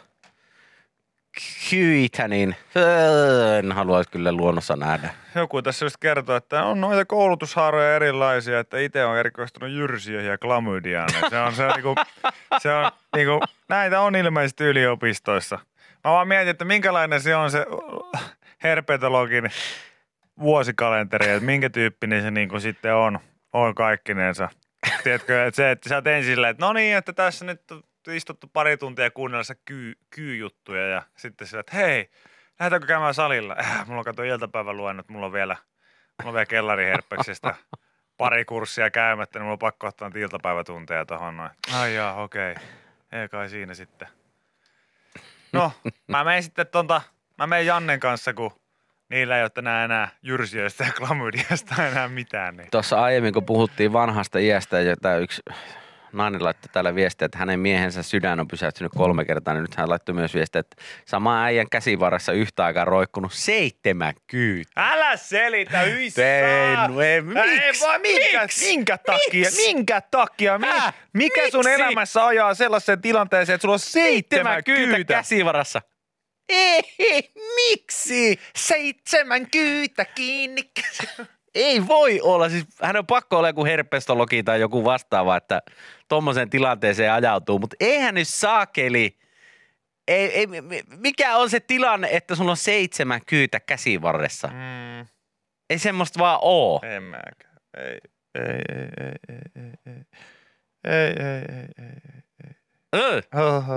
kyitä, niin en haluaisi kyllä luonnossa nähdä. Joku tässä just kertoo, että on noita koulutushaaroja erilaisia, että itse on erikoistunut jyrsiöihin ja klamydiaan. Et Se on, se on, niinku, se on niinku, näitä on ilmeisesti yliopistoissa. Mä vaan mietin, että minkälainen se on se herpetologin vuosikalenteri, että minkä tyyppinen se niinku sitten on, on kaikkinensa. Tiedätkö, että se, että sä oot ensin silleen, että no niin, että tässä nyt on istuttu pari tuntia kuunnellessa kyy, kyyjuttuja ja sitten sillä, että hei, lähdetäänkö käymään salilla? Äh, mulla on kato iltapäivän luennut, mulla on vielä, mulla on vielä kellariherpeksestä pari kurssia käymättä, niin mulla on pakko ottaa niitä iltapäivätunteja tohon noin. Ai jaa, okei. Ei kai siinä sitten. No, mä menen sitten tonta, mä menen Jannen kanssa, kun niillä ei ole tänään enää jyrsijöistä ja klamydiasta enää mitään. Niin. Tuossa aiemmin, kun puhuttiin vanhasta iästä, ja tämä yksi nainen laittoi täällä viestiä, että hänen miehensä sydän on pysähtynyt kolme kertaa, niin nyt hän laittoi myös viestiä, että sama äijän käsivarressa yhtä aikaa roikkunut seitsemän kyyttä. Älä selitä, hyi Tein, saa. ei, Ei miksi? vaan, minkä, Miksi? minkä takia, Miksi? minkä takia, mi, Häh? mikä sun Miksi? elämässä ajaa sellaiseen tilanteeseen, että sulla on seitsemän kyytä? käsivarassa. Ei, miksi? Seitsemän kyytä kiinni. Ei voi olla. Siis hän on pakko olla joku herpestologi tai joku vastaava, että tommoseen tilanteeseen ajautuu. Mutta eihän nyt saakeli. Ei, ei, mikä on se tilanne, että sulla on seitsemän kyytä käsivarressa? Mm, Ei semmoista vaan oo. en mäkään. Ei, ei, ei, ei, ei, ei, ei. Ei, ei, ei, ei, ei. Ö. Oho.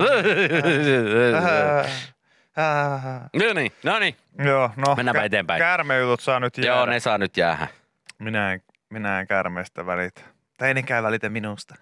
Ah. No niin, no niin. Joo, no. Mennäänpä kä- eteenpäin. Käärmejutut saa nyt jäädä. Joo, ne saa nyt jäädä. Minä en, minä en käärmeestä välitä. Tai ei nekään välitä minusta.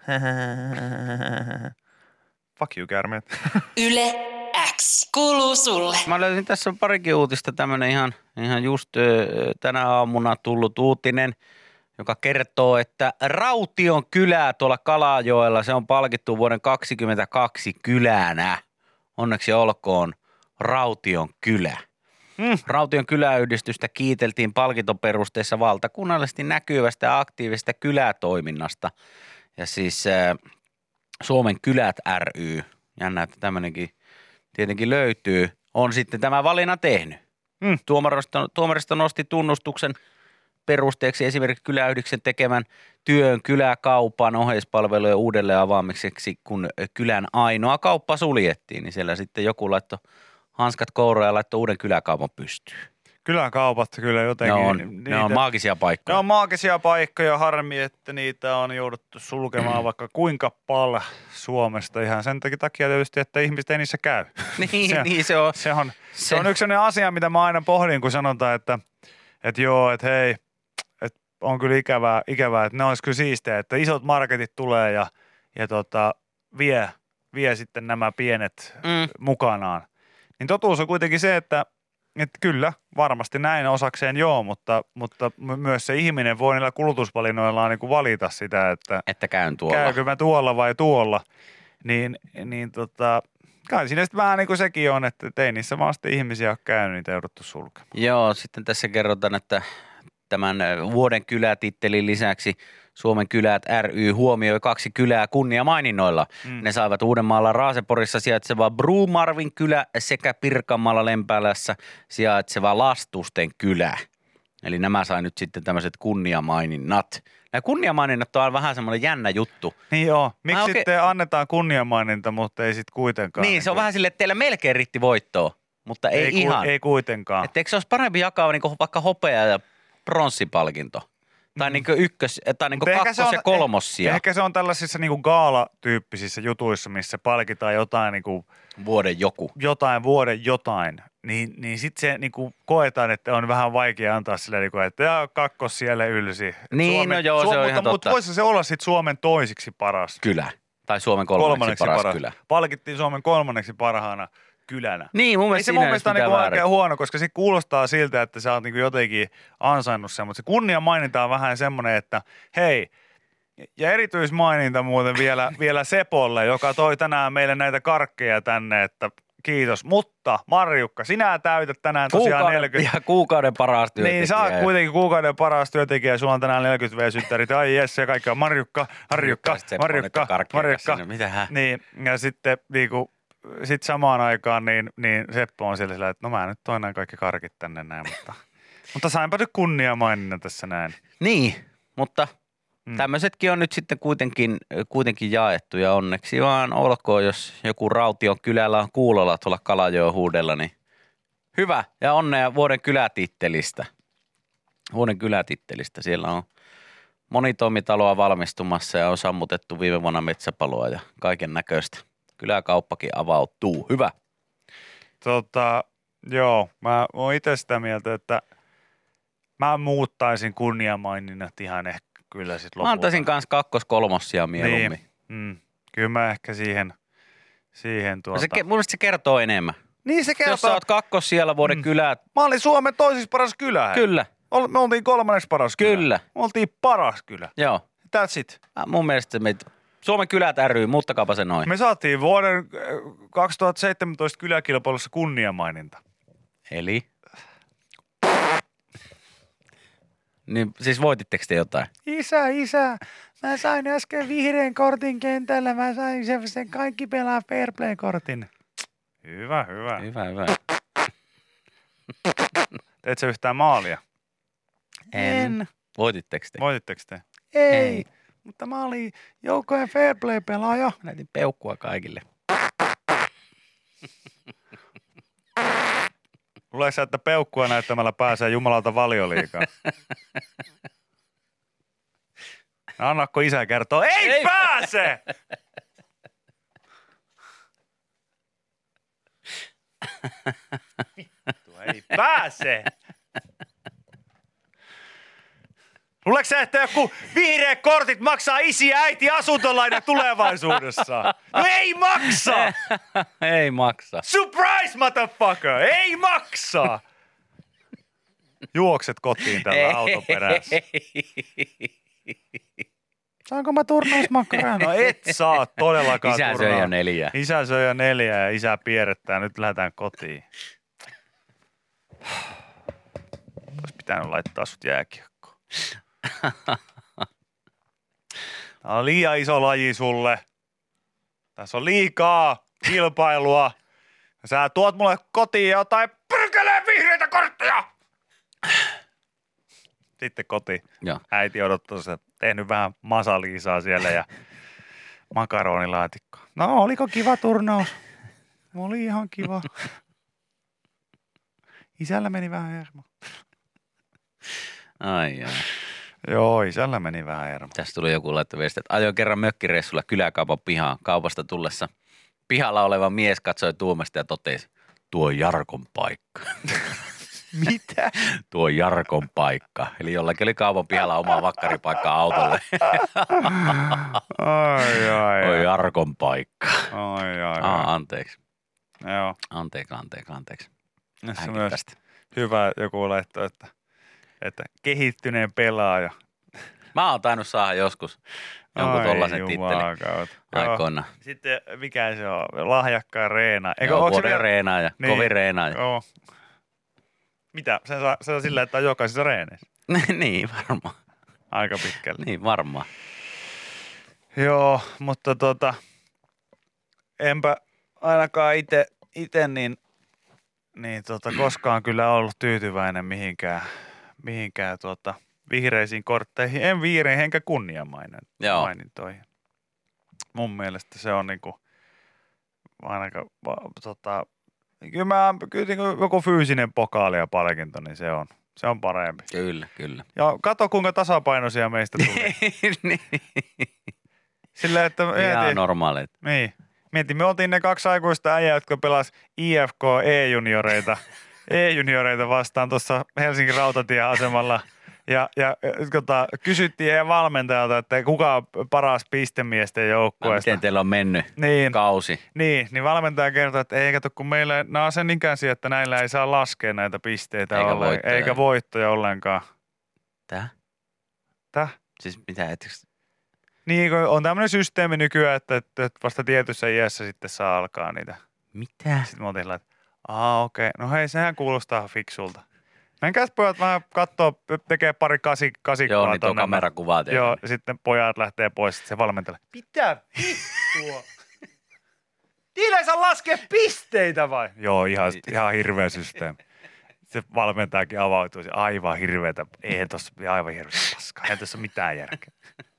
Fuck you, käärmeet. Yle X kuuluu sulle. Mä löysin tässä parikin uutista, tämmönen ihan, ihan just ö, tänä aamuna tullut uutinen, joka kertoo, että Raution kylää tuolla Kalajoella, se on palkittu vuoden kaksikymmentäkaksi kylänä. Onneksi olkoon Raution kylä. Mm. Raution kyläyhdistystä kiiteltiin palkintoperusteessa valtakunnallisesti näkyvästä ja aktiivisesta kylätoiminnasta. Ja siis äh, Suomen kylät ry, jännä, että tämmöinenkin tietenkin löytyy, on sitten tämä valinnan tehnyt. Mm. Tuomaristo, tuomaristo nosti tunnustuksen perusteeksi esimerkiksi kyläyhdistyksen tekemän työn kyläkaupan oheispalvelujen uudelleen avaamiseksi, kun kylän ainoa kauppa suljettiin, niin siellä sitten joku laittoi hanskat kouraan ja laittoi uuden kyläkaupan pystyyn. Kyläkaupat kyllä Ne jotenkin. on, niitä, ne on maagisia ne paikkoja. on maagisia paikkoja, harmi, että niitä on jouduttu sulkemaan vaikka kuinka paljon Suomesta. Ihan sen takia tietysti, että ihmiset ei niissä käy. Niin, se, niin se on. Se on, se, Se- on yksi sellainen asia, mitä mä aina pohdin, kun sanotaan, että, että joo, että hei, että on kyllä ikävää, ikävää, että ne olisi kyllä siistejä, että isot marketit tulee ja, ja tota, vie, vie sitten nämä pienet Mm. mukanaan. Niin totuus on kuitenkin se, että, että kyllä, varmasti näin osakseen joo, mutta, mutta my- myös se ihminen voi niillä kulutusvalinnoillaan niin kuin valita sitä, että Että käyn tuolla. käykö mä tuolla vai tuolla. Niin, niin tota, kai siinä sitten vähän niin kuin sekin on, että ei niissä vaan sitten ihmisiä ole käynyt, niitä jouduttu sulkemaan. Joo, sitten tässä kerrotaan, että tämän vuoden kylätittelin lisäksi Suomen kylät ry huomioi kaksi kylää kunniamaininnoilla. Mm. Ne saivat Uudenmaalla Raaseporissa sijaitseva Bruumarvin kylä sekä Pirkanmaalla Lempäälässä sijaitseva Lastusten kylä. Eli nämä sai nyt sitten tämmöiset kunniamaininnat. Nämä kunniamaininnat on vähän semmoinen jännä juttu. Niin joo. Miksi oikein... sitten annetaan kunniamaininta, mutta ei sitten kuitenkaan? Niin, niin se on kuin... vähän silleen, että teillä melkein riitti voittoa, mutta ei, ei ihan. Ku, ei kuitenkaan. Että eikö se olisi parempi jakaa niin vaikka hopea- ja pronssipalkinto? Tai mm. niin ykkös, tai niin kakkos- on, ja kolmossia. Ehkä se on tällaisissa niin gaala-tyyppisissä jutuissa, missä palkitaan jotain niin kuin, vuoden joku. Jotain vuoden jotain. Niin, niin sitten se niin kuin koetaan, että on vähän vaikea antaa silleen, niin kuin, että jaa, kakkos siellä ylsi. Niin, Suomen, no joo, Suom- se on mutta, ihan mutta totta. voisi se olla sitten Suomen toisiksi paras. Kylä. Tai Suomen kolmanneksi, kolmanneksi paras, paras kylä. Palkittiin Suomen kolmanneksi parhaana kylänä. Niin, mun mielestä ei se mun mielestä niinku oikein huono, koska se kuulostaa siltä, että sä oot niinku jotenkin ansainnut sen, mutta se kunniamaininta on vähän semmoinen, että hei, ja erityismaininta muuten vielä, vielä Sepolle, joka toi tänään meille näitä karkkeja tänne, että kiitos. Mutta Marjukka, sinä täytät tänään tosiaan kuukauden, neljäkymmentä. Ja kuukauden paras työntekijä. Niin, sä oot kuitenkin kuukauden paras työntekijä, sulla on tänään neljäkymmentä V-syttärit. Ai jes, ja kaikki on Marjukka, Harjukka, Marjukka, Marjukka. Mitähän? Niin, ja sitten niinku, sit samaan aikaan niin, niin Seppo on siellä sillä, että no mä nyt toin näin kaikki karkit tänne näin, mutta, mutta sainpa nyt kunnia maininnan tässä näin. Niin, mutta Mm. tämmöisetkin on nyt sitten kuitenkin, kuitenkin jaettu ja onneksi vaan olkoon, jos joku Raution kylällä on kuulolla tuolla Kalajoen huudella, niin hyvä ja onnea vuoden kylätittelistä. Vuoden kylätittelistä. Siellä on monitoimitaloa valmistumassa ja on sammutettu viime vuonna metsäpaloa ja kaiken näköistä. Kyläkauppakin avautuu. Hyvä. Tota, joo, mä oon itse sitä mieltä, että mä muuttaisin kunniamaininnat ihan ehkä kyllä sit lopulta. Mä antaisin kans kakkos-kolmossia mieluummin. Niin, mm, kyllä mä ehkä siihen, siihen tuota. No se, mun mielestä se kertoo enemmän. Niin se kertoo. Jos sä oot kakkos siellä vuoden mm. kylää. Mä olin Suomen toisiksi paras kylä. Hei. Kyllä. Me oltiin kolmanneksi paras kylä. Kyllä. Me oltiin paras kylä. Joo. That's it. Mun mielestä meitä Suomen kylät ry, muuttakaapa se noin. Me saatiin vuoden kaksituhattaseitsemäntoista kyläkilpailussa kunniamaininta. Eli? Niin siis voititteko te jotain? Isä, isä, mä sain äsken vihreän kortin kentällä. Mä sain sen, sen kaikki pelaa fair play-kortin. Hyvä, hyvä. Hyvä, hyvä. Teet sä yhtään maalia? En. en. Voititteko te? Voititteko te? Ei. Ei. Mutta mä olin joukkojen fair play-pelaaja. Mä näytin peukkua kaikille. Luuleeko sä, että peukkua näyttämällä pääsee jumalalta Valioliigaan? Annakko isä kertoo? Ei, Ei pääse! Vittu, ei pääse! Luuleeko sä, että joku vihreät kortit maksaa isi ja äiti asuntolainen tulevaisuudessa? No ei maksa! Ei maksa. Surprise, motherfucker! Ei maksa! Juokset kotiin tällä auton perässä. Saanko mä turnausmakkaraa? No et saa todellakaan Isä söi jo neljää. Isä söi jo neljää ja isä pierrettää. Nyt lähdetään kotiin. Olisi pitänyt laittaa sut jääkiekkoon. Tämä on liian iso laji sulle. Tässä on liikaa kilpailua. Sä tuot mulle kotiin jotain pyrkelee vihreitä kortteja. Sitten kotiin. Joo. Äiti odottaa sitä, tehnyt vähän masaliisaa siellä ja makaronilaatikkoa. No, oliko kiva turnaus? Oli ihan kiva. Isällä meni vähän hermo. Ai ai. Joo, isällä meni vähän hermo. Tässä tuli joku laitto viesti, että ajoin kerran mökkireissulla kyläkaupan pihaan kaupasta tullessa. Pihalla oleva mies katsoi tuomasta ja totesi, tuo on Jarkon paikka. Mitä? Tuo on Jarkon paikka. Eli jollakin oli kaupan pihalla oma vakkaripaikka autolle. Ai, ai, Tuo on Jarkon paikka. Ai, ai, Aa, anteeksi. Joo. Anteeksi, anteeksi, anteeksi. Se on myös hyvä joku laitto, että, että kehittyneen pelaaja. Mä oon tainnut saada joskus jonkun tollasen tittelin aikoina. Sitten mikä se on? Lahjakkaan reena. Eikö, joo, vuoden vielä... reenaaja, niin, kovin reenaaja. Joo. Mitä? Se on, se on sillä, että on jokaisessa reeneissä. Niin, varmaan. aika pitkälle. Niin, varmaan. Joo, mutta tota, enpä ainakaan ite, ite niin, niin tota, koskaan kyllä ollut tyytyväinen mihinkään, mihinkään tuota, vihreisiin kortteihin. En vihreihin enkä kunniamainintoihin. Mun mielestä se on niinku ainakaan tota, kyllä, mä, kyllä niinku joku fyysinen pokaali ja palkinto, niin se on, se on parempi. Kyllä, kyllä. Ja kato kuinka tasapainoisia meistä tuli. niin. Sillä, että ihan normaaleet. Niin. Mietin, me oltiin ne kaksi aikuista äijää, jotka pelas I F K E-junioreita, E-junioreita vastaan tuossa Helsingin rautatieasemalla. Ja, ja tota, kysyttiin heidän valmentajalta, että kuka on paras pistemiesten joukkueesta. No, miten teillä on mennyt niin, kausi? Niin, niin valmentaja kertoi, että ei kato, kun meillä nämä on sen ikäisiä, että näillä ei saa laskea näitä pisteitä eikä ollenkaan. Voittoja. Eikä voittoja ollenkaan. Tää? Täh? Siis mitä, ettekö? Niin, kun on tämmöinen systeemi nykyään, että, että vasta tietyssä iässä sitten saa alkaa niitä. Mitä? Sitten me oltiin että aa okei, okay. No hei, sehän kuulostaa fiksulta. Menkääs pojat vähän kattoo, tekee pari kasi, kasikkoa. Joo, niin tuo kamerakuva tehdään. Joo, ja sitten pojat lähtee pois, sitten se valmentelee. Mitä vittua? Niillä ei saa laskea pisteitä vai? Joo, ihan, ihan hirveä systeemi. Se valmentajakin avautuu, aivan hirveätä. Eihän tossa aivan hirveätä paskaa, eihän tossa mitään järkeä.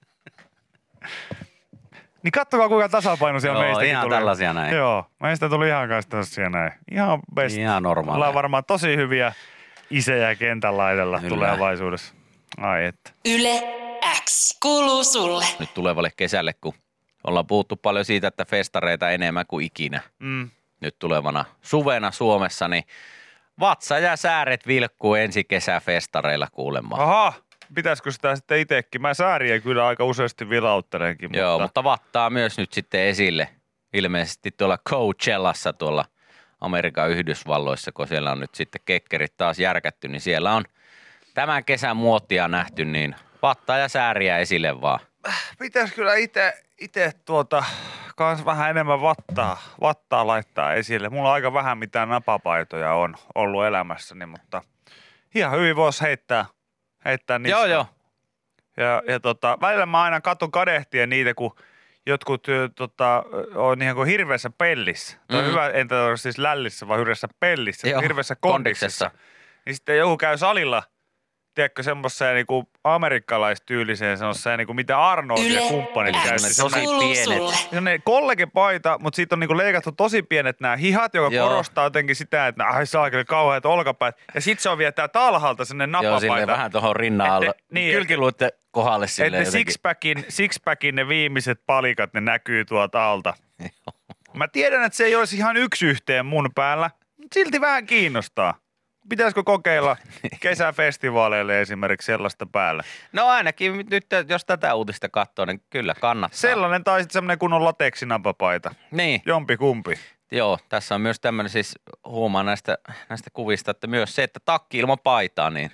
Niin kattokaa kuinka tasapainoisia Joo, meistäkin ihan tulee. tällaisia näin. Joo, meistä tuli ihan kanssa tällaisia näin. Ihan best. Ihan normaali. Ollaan varmaan tosi hyviä isejä kentän laidalla Kyllä. tulevaisuudessa. Ai että. Yle X kuuluu sulle. Nyt tulevalle kesälle, kun ollaan puhuttu paljon siitä, että festareita enemmän kuin ikinä. Mm. Nyt tulevana suvena Suomessa, niin vatsa ja sääret vilkkuu ensi kesäfestareilla kuulemma. Aha, pitäisikö sitä sitten itsekin? Mä sääriä kyllä aika useasti vilauttelenkin. Mutta... Joo, mutta vattaa myös nyt sitten esille. Ilmeisesti tuolla Coachellassa tuolla Amerikan Yhdysvalloissa, kun siellä on nyt sitten kekkerit taas järkätty, niin siellä on tämän kesän muotia nähty, niin vattaa ja sääriä esille vaan. Pitäisi kyllä itse ite tuota, kans vähän enemmän vattaa, vattaa laittaa esille. Mulla on aika vähän mitään napapaitoja on ollut elämässäni, mutta ihan hyvin voisi heittää, heittää niistä. Joo, joo. Ja, ja tota, välillä mä aina katon kadehtien niitä, kun jotkut tota, on ihan kuin hirveässä pellissä. Mm. Tai hyvä, en tarvitse siis lällissä, vaan hirveässä pellissä, Joo, hirveässä kondiksessa. Niin sitten joku käy salilla, tiedätkö, semmoiseen niinku amerikkalaistyyliseen, semmoiseen niinku mitä Arnold ja kumppanit käytti. Tosi pienet. Semmoinen kollegepaita, mutta siitä on niinku leikattu tosi pienet nämä hihat, joka Joo. korostaa jotenkin sitä, että ai saa kyllä kauheat olkapäät. Ja sit se on vielä tää talhalta sellainen Joo, napapaita. silleen vähän tuohon rinnan alla. Että- niin, Kylkiluitte kohdalle Että silleen ne jotenkin. sixpackin, sixpackin ne viimeiset palikat, ne näkyy tuolta alta. Mä tiedän, että se ei olisi ihan yksi yhteen mun päällä, mutta silti vähän kiinnostaa. Pitäisikö kokeilla kesäfestivaaleille esimerkiksi sellaista päällä? No ainakin nyt, jos tätä uutista katsoo, niin kyllä kannattaa. Sellainen tai sitten semmoinen kunnon lateksinapapaita. Niin, Jompi kumpi. joo. Tässä on myös tämmöinen siis, huomaa näistä, näistä kuvista, että myös se, että takki ilman paitaa, niin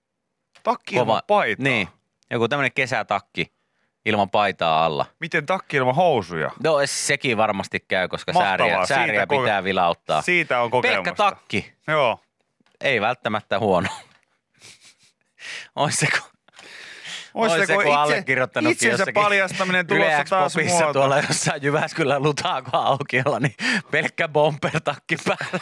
Takki ilman kova- paitaa. Niin, joku tämmöinen kesätakki ilman paitaa alla. Miten takki ilman housuja? No sekin varmasti käy, koska Mahtavaa, sääriä, sääriä siitä pitää koke- vilauttaa. Siitä on kokemusta. Pelkkä takki, Joo. ei välttämättä huono. Ois se, kun, Ois ois se, kun itse- allekirjoittanutkin itsensä jossakin paljastaminen tulossa Yle taas X-popissa muotoon. tuolla jossain Jyväskylän Lutaako aukiolla, niin pelkkä bomber-takki päällä.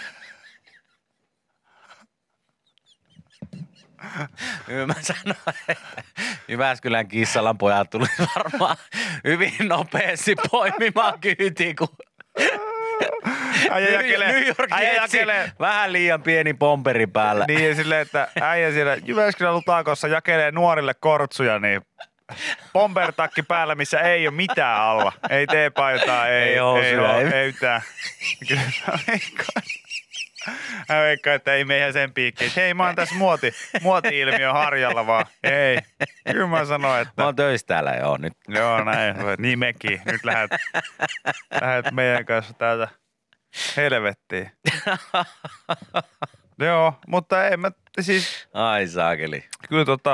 Hyvä mä sanoin, että Jyväskylän Kissalan pojat tuli varmaan hyvin nopeasti poimimaan kyytiin, kun Äijä jakelee, New York äijä Jetsi, jakelee. vähän liian pieni bomberi päällä. Niin silleen, että äijä siellä Jyväskylän Lutakossa jakelee nuorille kortsuja, niin bombertakki päällä, missä ei ole mitään alla. Ei teepaitaa, ei, Ei ei, housuja, ole, ei. ei mitään. Kyllä mä veikkaan. Mä veikkaan, että ei meihän sen piikkiin. Hei, mä oon tässä muoti, muoti-ilmiö harjalla vaan. Ei. Kyllä mä sanoin, että... Mä oon töissä täällä, joo, nyt. Joo, näin. Niin mekin. Nyt lähdet, lähdet meidän kanssa täältä helvettiin. Joo, mutta en mä siis... Ai saakeli. Kyllä tota...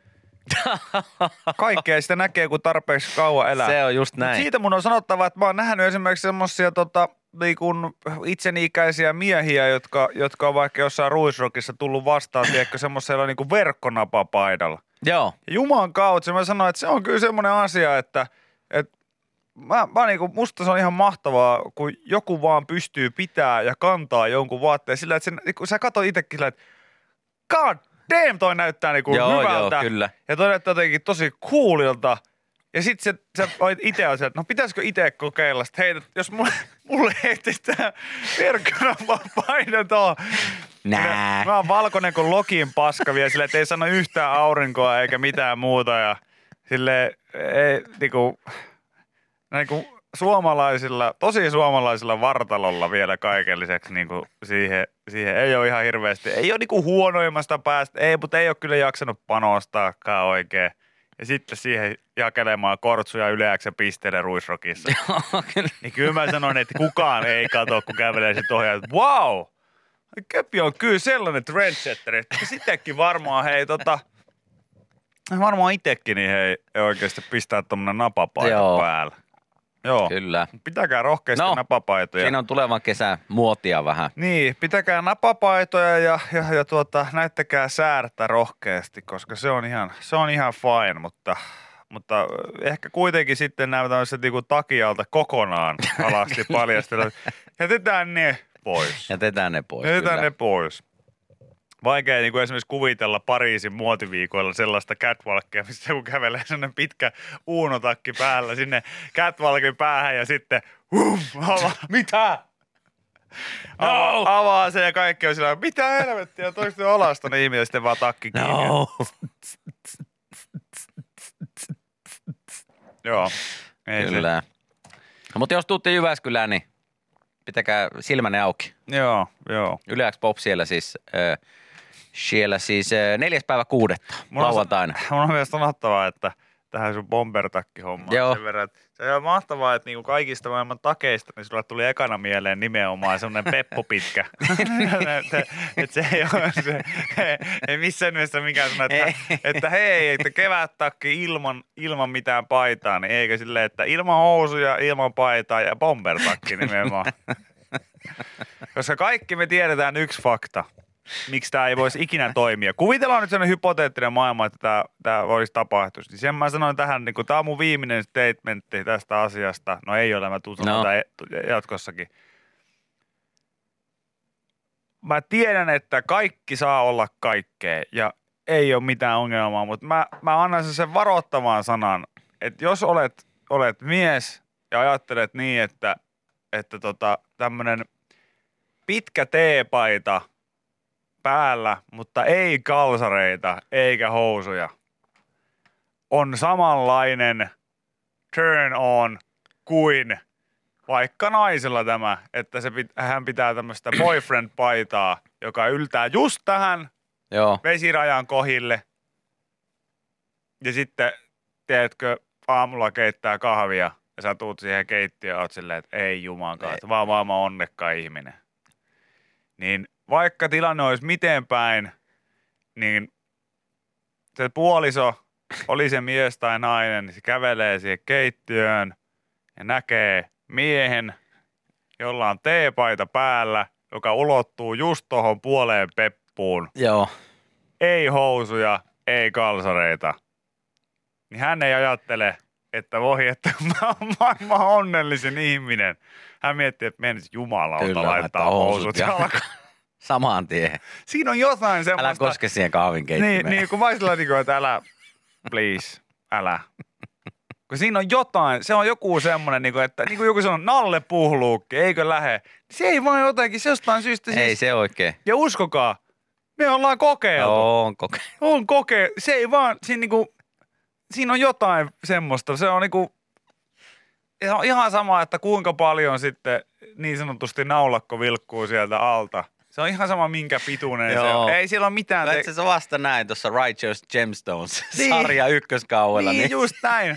Kaikkea sitä näkee, kun tarpeeksi kauan elää. Se on just Mut näin. siitä mun on sanottava, että mä oon nähnyt esimerkiksi semmosia tota, niin kun itseni-ikäisiä miehiä, jotka, jotka on vaikka jossain ruisrockissa tullut vastaan, tiedätkö, semmoisella niin kuin verkkonapapaidalla. Joo. Ja Juman kautta mä sanoin, että se on kyllä semmoinen asia, että, että mä, mä niinku, musta se on ihan mahtavaa, kun joku vaan pystyy pitää ja kantaa jonkun vaatteen sillä, että sen, kun sä katsot itsekin sillä, että god damn, toi näyttää niinku joo, hyvältä. Joo, kyllä. Ja toi näyttää jotenkin tosi coolilta. Ja sit se, sä olit ite on sieltä, että no pitäisikö ite kokeilla? Sitten heitä, jos mulle, mulle heitetään perkana vaan painetaan. Nää. Mä oon valkoinen kuin Lokin paska vielä silleen, että ei sano yhtään aurinkoa eikä mitään muuta. Ja silleen, ei niinku, niinku suomalaisilla, tosi suomalaisilla vartalolla vielä kaiken lisäksi niinku siihen, siihen ei ole ihan hirveästi. Ei ole niinku huonoimmasta päästä, ei, mutta ei ole kyllä jaksanut panostaakaan oikein. Ja sitten siihen jakelemaan kortsuja yleäksä pisteiden Ruisrockissa. Joo, kyllä. Niin kyllä mä sanon, että kukaan ei katso, kun kävelee sit ohjaa, että wow! Köpi on kyllä sellainen trendsetter, että sitäkin varmaan hei tota, varmaan itekin niin hei oikeasti pistää tommonen napapaita Joo. päällä. Joo. Kyllä. Pitäkää rohkeasti No, napapaitoja. Siinä on tulevan kesän muotia vähän. Niin, pitäkää napapaitoja ja, ja, ja tuota, näyttäkää säädettä rohkeasti, koska se on ihan, se on ihan fine, mutta, mutta ehkä kuitenkin sitten nämä tämmöiset niinku takialta kokonaan alasti paljastella. Jätetään ne pois. Jätetään ne pois. Jätetään kyllä. ne pois. Vaikea niin kuin esimerkiksi kuvitella Pariisin muotiviikoilla sellaista catwalkia, missä kun kävelee sellainen pitkä uunotakki päällä sinne catwalkin päähän ja sitten hum, avaa, mitä? Avaa, No. avaa se ja kaikki on sillä, mitä helvettiä, toista alasta, niin ihminen sitten vaan takki kiinni. No. Joo. Ei Kyllä. No, mutta jos tuutte Jyväskylään, niin pitäkää silmänne auki. Se. Joo, joo. Yle X Pop siellä siis, äh, siellä siis äh, neljäs päivä kuudetta Mulla on- lauantaina. Mun on myös sanottavaa, että tähän sun bombertakki-hommaan Joo. sen verran, että se on mahtavaa, että niinku kaikista maailman takeista, niin sulle tuli ekana mieleen nimenomaan semmoinen Peppo pitkä. että, että se ei ole se, ei missään nimessä mikään sanoo, että, että hei, että kevättakki ilman, ilman mitään paitaa, niin eikö silleen, että ilman housuja, ilman paitaa ja bombertakki nimenomaan. Koska kaikki me tiedetään yksi fakta. Miksi tämä ei voisi ikinä toimia. Kuvitellaan nyt sellainen hypoteettinen maailma, että tämä, tämä voisi tapahtua. Niin sen mä sanoin tähän, niin tämä on mun viimeinen statementti tästä asiasta. No ei ole, mä tuun sanoa No. jatkossakin. Mä tiedän, että kaikki saa olla kaikkea ja ei ole mitään ongelmaa, mutta mä, mä annan sen varoittavan sanan, että jos olet, olet mies ja ajattelet niin, että, että tota, tämmöinen pitkä teepaita päällä, mutta ei kalsareita eikä housuja, on samanlainen turn on kuin vaikka naisella tämä, että se pit, hän pitää tämmöistä boyfriend-paitaa, joka yltää just tähän Joo. vesirajan kohille. Ja sitten, tiedätkö, aamulla keittää kahvia ja sä tuut siihen keittiöön ja oot silleen, että ei jumankaan, että vaan maailman onnekkaan ihminen. Niin vaikka tilanne olisi miten päin, niin se puoliso, oli se mies tai nainen, niin se kävelee siihen keittiöön ja näkee miehen, jolla on teepaita päällä, joka ulottuu just tuohon puoleen peppuun. Joo. Ei housuja, ei kalsareita. Niin hän ei ajattele, että voi, että mä oon maailman onnellisin ihminen. Hän miettii, että meidän jumalauta Kyllä, laittaa laittaa housut housut ja- jalkaan. Samaan tien. Siinä on jotain semmoista. Älä koske siihen kahvinkeittimeen. Niin, niin kun mä olisin laitikoin, että älä, please, älä. Kun siinä on jotain, se on joku semmoinen, niin kuin, että niin kuin joku sanoo, Nalle Puhluukki, eikö lähe? Se ei vaan jotenkin, se jostain syystä siis. Ei se oikein. Ja uskokaa, me ollaan kokeiltu. On koke. On koke, se ei vaan, siinä, niinku, siinä on jotain semmoista, se on niinku, se on ihan sama, että kuinka paljon sitten niin sanotusti naulakko vilkkuu sieltä alta. Se on ihan sama minkä pituinen se Joo. on. Ei siellä ole mitään. Mä itse asiassa vasta näin tuossa Righteous Gemstones Niin. sarja ykköskauella. Niin, Niin, just näin.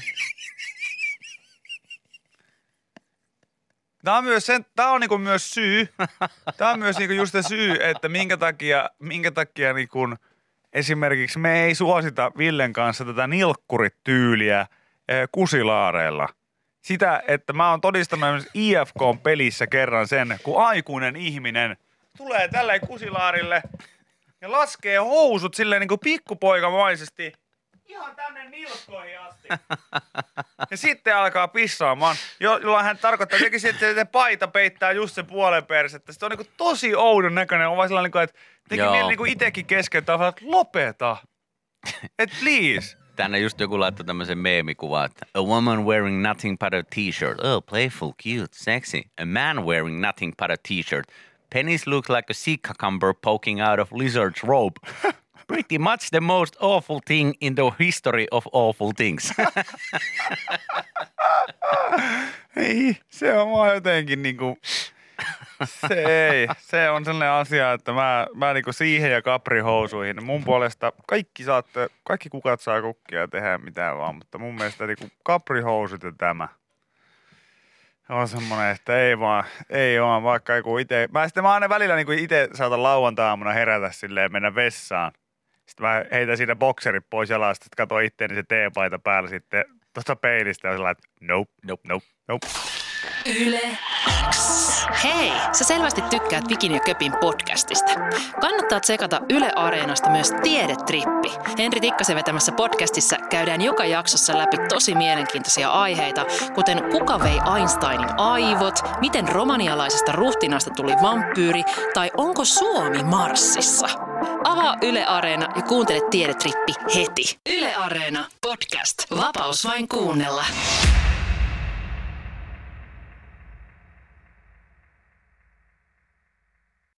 Tämä on myös, sen, tämä on niinku myös syy, tämä on myös niinku just se syy, että minkä takia, minkä takia niinku esimerkiksi me ei suosita Villen kanssa tätä nilkkurityyliä eh, kusilaareilla. Sitä, että mä oon todistanut esimerkiksi I F K-pelissä kerran sen, kun aikuinen ihminen tulee tälleen kusilaarille ja laskee housut silleen niinku pikkupoikamaisesti ihan tänne nilkkoihin asti. Ja sitten alkaa pissaamaan, jo, jolloin hän tarkoittaa jotenkin se, että se paita peittää just sen puolen persettä. Sitten on niin tosi oudon näköinen, on vaan sellainen, että teki mieli niin itsekin keskeyttää, että lopeta. Et please. Tänne just joku laittoi tämmöisen meemikuvan, että a woman wearing nothing but a t-shirt. Oh, playful, cute, sexy. A man wearing nothing but a t-shirt. Penis looks like a sea cucumber poking out of lizard's robe. Pretty much the most awful thing in the history of awful things. Ei, se on vaan jotenkin niinku, se ei, se on sellainen asia, että mä, mä niinku siihen ja kaprihousuihin. Mun puolesta kaikki saatte, kaikki kukat saa kukkia ja tehdä mitään vaan, mutta mun mielestä niinku kaprihousut ja tämä on semmoinen, että ei vaan, ei vaan, vaikka joku ite, mä sitten mä aina välillä niinku ite saatan lauantai-aamuna herätä silleen ja mennä vessaan. Sitten mä heitän siinä bokserit pois jalasta, että katso itteeni se teepaita päällä sitten tuosta peilistä ja sellainen, että nope, nope, nope, nope. Yle X. Hei, sä selvästi tykkäät Vikin ja Köpin podcastista. Kannattaa tsekata Yle Areenasta myös Tiedetrippi. Henri Tikkasen vetämässä podcastissa käydään joka jaksossa läpi tosi mielenkiintoisia aiheita, kuten kuka vei Einsteinin aivot, miten romanialaisesta ruhtinaasta tuli vampyyri tai onko Suomi Marsissa. Avaa Yle Areena ja kuuntele Tiedetrippi heti. Yle Areena podcast. Vapaus vain kuunnella.